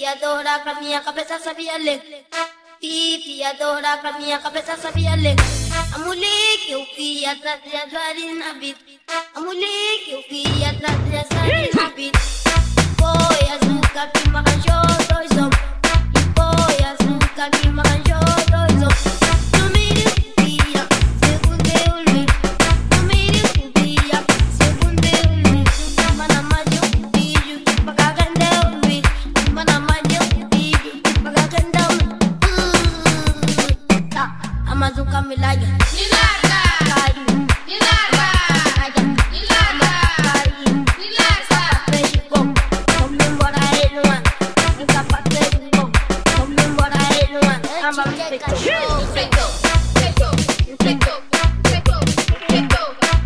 adora com a minha cabeça sabia ler. Pipi adora com a minha cabeça sabia ler. A mulher que eu via trazia Zari na vida. A mulher que eu via trazia Zari na vida. Foi açúcar que me arranjou dois homens. E foi açúcar que me arranjou dois homens. No meio do dia, segundo eu li. No meio do dia, segundo eu li. Mana mais eu vídeo, pra cagando eu vi. Mana mais eu vídeo, pra cagando eu vi. Tá, a mazuca me larga. Me larga! Caiu. Me larga! Me larga! Me larga! Peixe bom, vamos embora aí no ano. Vem cá pra peixe bom, vamos embora aí no ano. Amba me peitou. Peitou! Peitou! Peitou! Peitou! Peitou!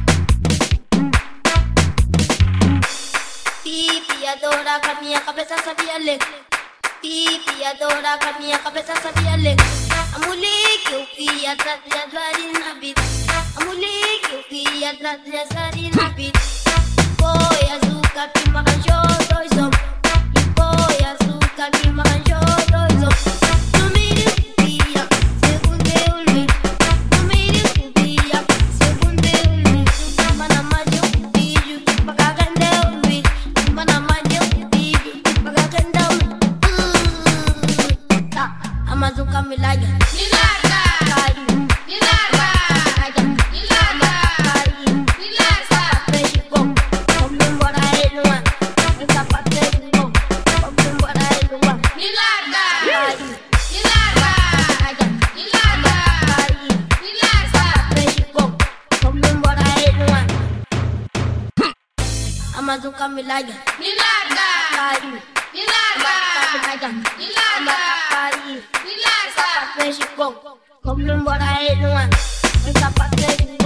Pipi adora com a minha cabeça sabia ler. Pipi adora com a minha cabeça sabia ler. A mulher que eu via trazia Zari na vida. A mulher que eu via trazia Zari na vida. Foi açúcar que me arranjou dois homens. E foi açúcar que me arranjou dois homens. No meio do dia, segundo eu li. No meio do dia, segundo eu li. Mana mais eu vídeo, pra cagando eu vi. Mana mais eu vídeo, pra cagando eu vi. Tá, a mazuca me larga. Me larga! Caiu. Me larga! Me larga! Me larga! Peixe bom, vamos embora aí no ano. Vem cá pra peixe bom, vamos embora aí no ano. Me larga! Caiu. Me larga! Me larga! Me larga! Peixe bom, vamos embora aí no ano. A mazuca me larga. Me larga! Caiu. Me larga! Me larga! Caiu. Me larga! Peixe bom, vamos embora aí no ano. Vem cá pra peixe bom.